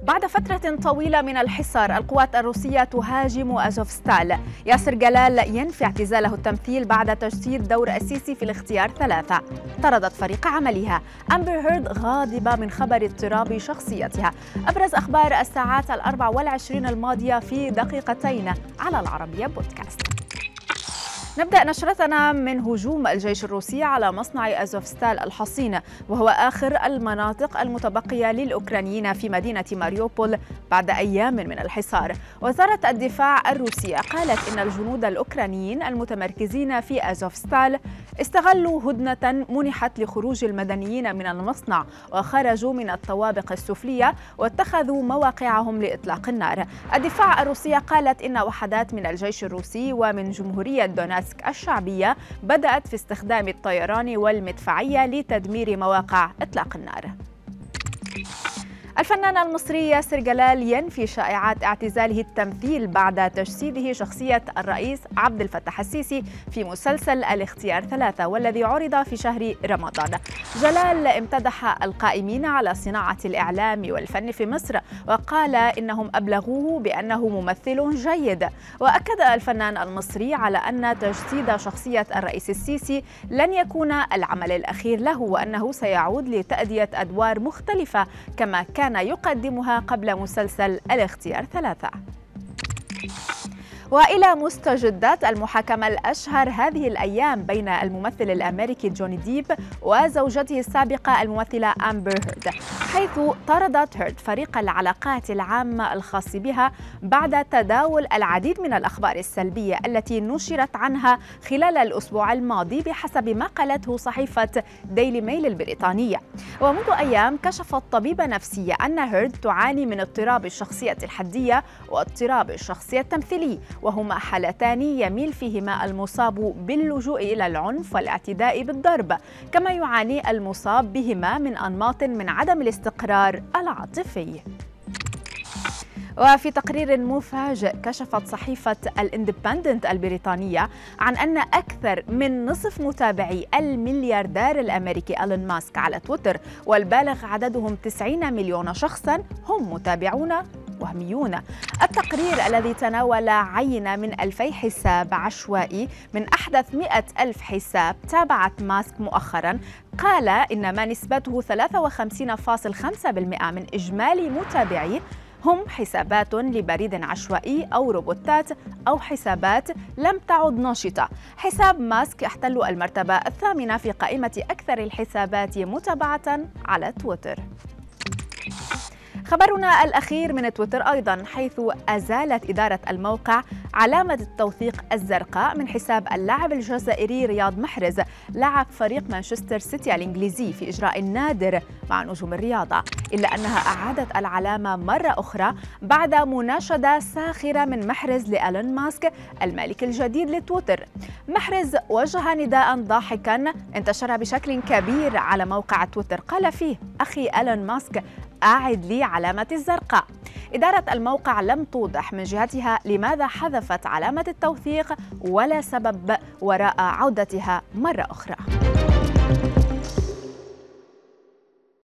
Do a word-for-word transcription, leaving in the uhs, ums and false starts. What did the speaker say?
بعد فترة طويلة من الحصار، القوات الروسية تهاجم أزوفستال. ياسر جلال ينفي اعتزاله التمثيل بعد تجسيد دور السيسي في الاختيار ثلاثة. طردت فريق عملها. أمبر هيرد غاضبة من خبر اضطراب شخصيتها. أبرز أخبار الساعات الأربع والعشرين الماضية في دقيقتين على العربية بودكاست. نبدأ نشرتنا من هجوم الجيش الروسي على مصنع أزوفستال الحصين، وهو آخر المناطق المتبقية للأوكرانيين في مدينة ماريوبول بعد أيام من الحصار. وزارة الدفاع الروسية قالت إن الجنود الأوكرانيين المتمركزين في أزوفستال استغلوا هدنة منحت لخروج المدنيين من المصنع، وخرجوا من الطوابق السفلية واتخذوا مواقعهم لإطلاق النار. الدفاع الروسية قالت إن وحدات من الجيش الروسي ومن جمهورية دونيتسك الشعبية بدأت في استخدام الطيران والمدفعية لتدمير مواقع إطلاق النار. الفنان المصري ياسر جلال ينفي شائعات اعتزاله التمثيل بعد تجسيده شخصية الرئيس عبد الفتاح السيسي في مسلسل الاختيار ثلاثة، والذي عرض في شهر رمضان. جلال امتدح القائمين على صناعة الإعلام والفن في مصر، وقال إنهم أبلغوه بأنه ممثل جيد. وأكد الفنان المصري على أن تجسيد شخصية الرئيس السيسي لن يكون العمل الأخير له، وأنه سيعود لتأدية أدوار مختلفة كما كان كان يقدمها قبل مسلسل الاختيار ثلاثة. وإلى مستجدات المحاكمة الأشهر هذه الأيام بين الممثل الأمريكي جوني ديب وزوجته السابقة الممثلة أمبر هيرد، حيث طردت هيرد فريق العلاقات العامة الخاص بها بعد تداول العديد من الأخبار السلبية التي نشرت عنها خلال الأسبوع الماضي بحسب ما قالته صحيفة ديلي ميل البريطانية. ومنذ أيام كشفت طبيبة نفسية أن هيرد تعاني من اضطراب الشخصية الحدية واضطراب الشخصية التمثيلي، وهما حالتان يميل فيهما المصاب باللجوء إلى العنف والاعتداء بالضرب، كما يعاني المصاب بهما من أنماط من عدم الاستقرار العاطفي. وفي تقرير مفاجئ كشفت صحيفة الاندبندنت البريطانية عن أن أكثر من نصف متابعي الملياردير الأمريكي إيلون ماسك على تويتر، والبالغ عددهم تسعين مليون شخصاً، هم متابعون وهميون. التقرير الذي تناول عينة من ألفي حساب عشوائي من أحدث مئة ألف حساب تابعت ماسك مؤخراً، قال إن ما نسبته ثلاثة وخمسين فاصلة خمسة بالمئة من إجمالي متابعيه هم حسابات لبريد عشوائي أو روبوتات أو حسابات لم تعد نشطة. حساب ماسك يحتل المرتبة الثامنة في قائمة أكثر الحسابات متابعة على تويتر. خبرنا الأخير من تويتر أيضاً، حيث أزالت إدارة الموقع علامة التوثيق الزرقاء من حساب اللاعب الجزائري رياض محرز لاعب فريق مانشستر سيتي الإنجليزي في إجراء نادر مع نجوم الرياضة، إلا أنها أعادت العلامة مرة أخرى بعد مناشدة ساخرة من محرز لإيلون ماسك المالك الجديد لتويتر. محرز وجه نداء ضاحكاً انتشر بشكل كبير على موقع تويتر، قال فيه: أخي إيلون ماسك، أعد لي علامة الزرقاء. إدارة الموقع لم توضح من جهتها لماذا حذفت علامة التوثيق ولا سبب وراء عودتها مرة أخرى.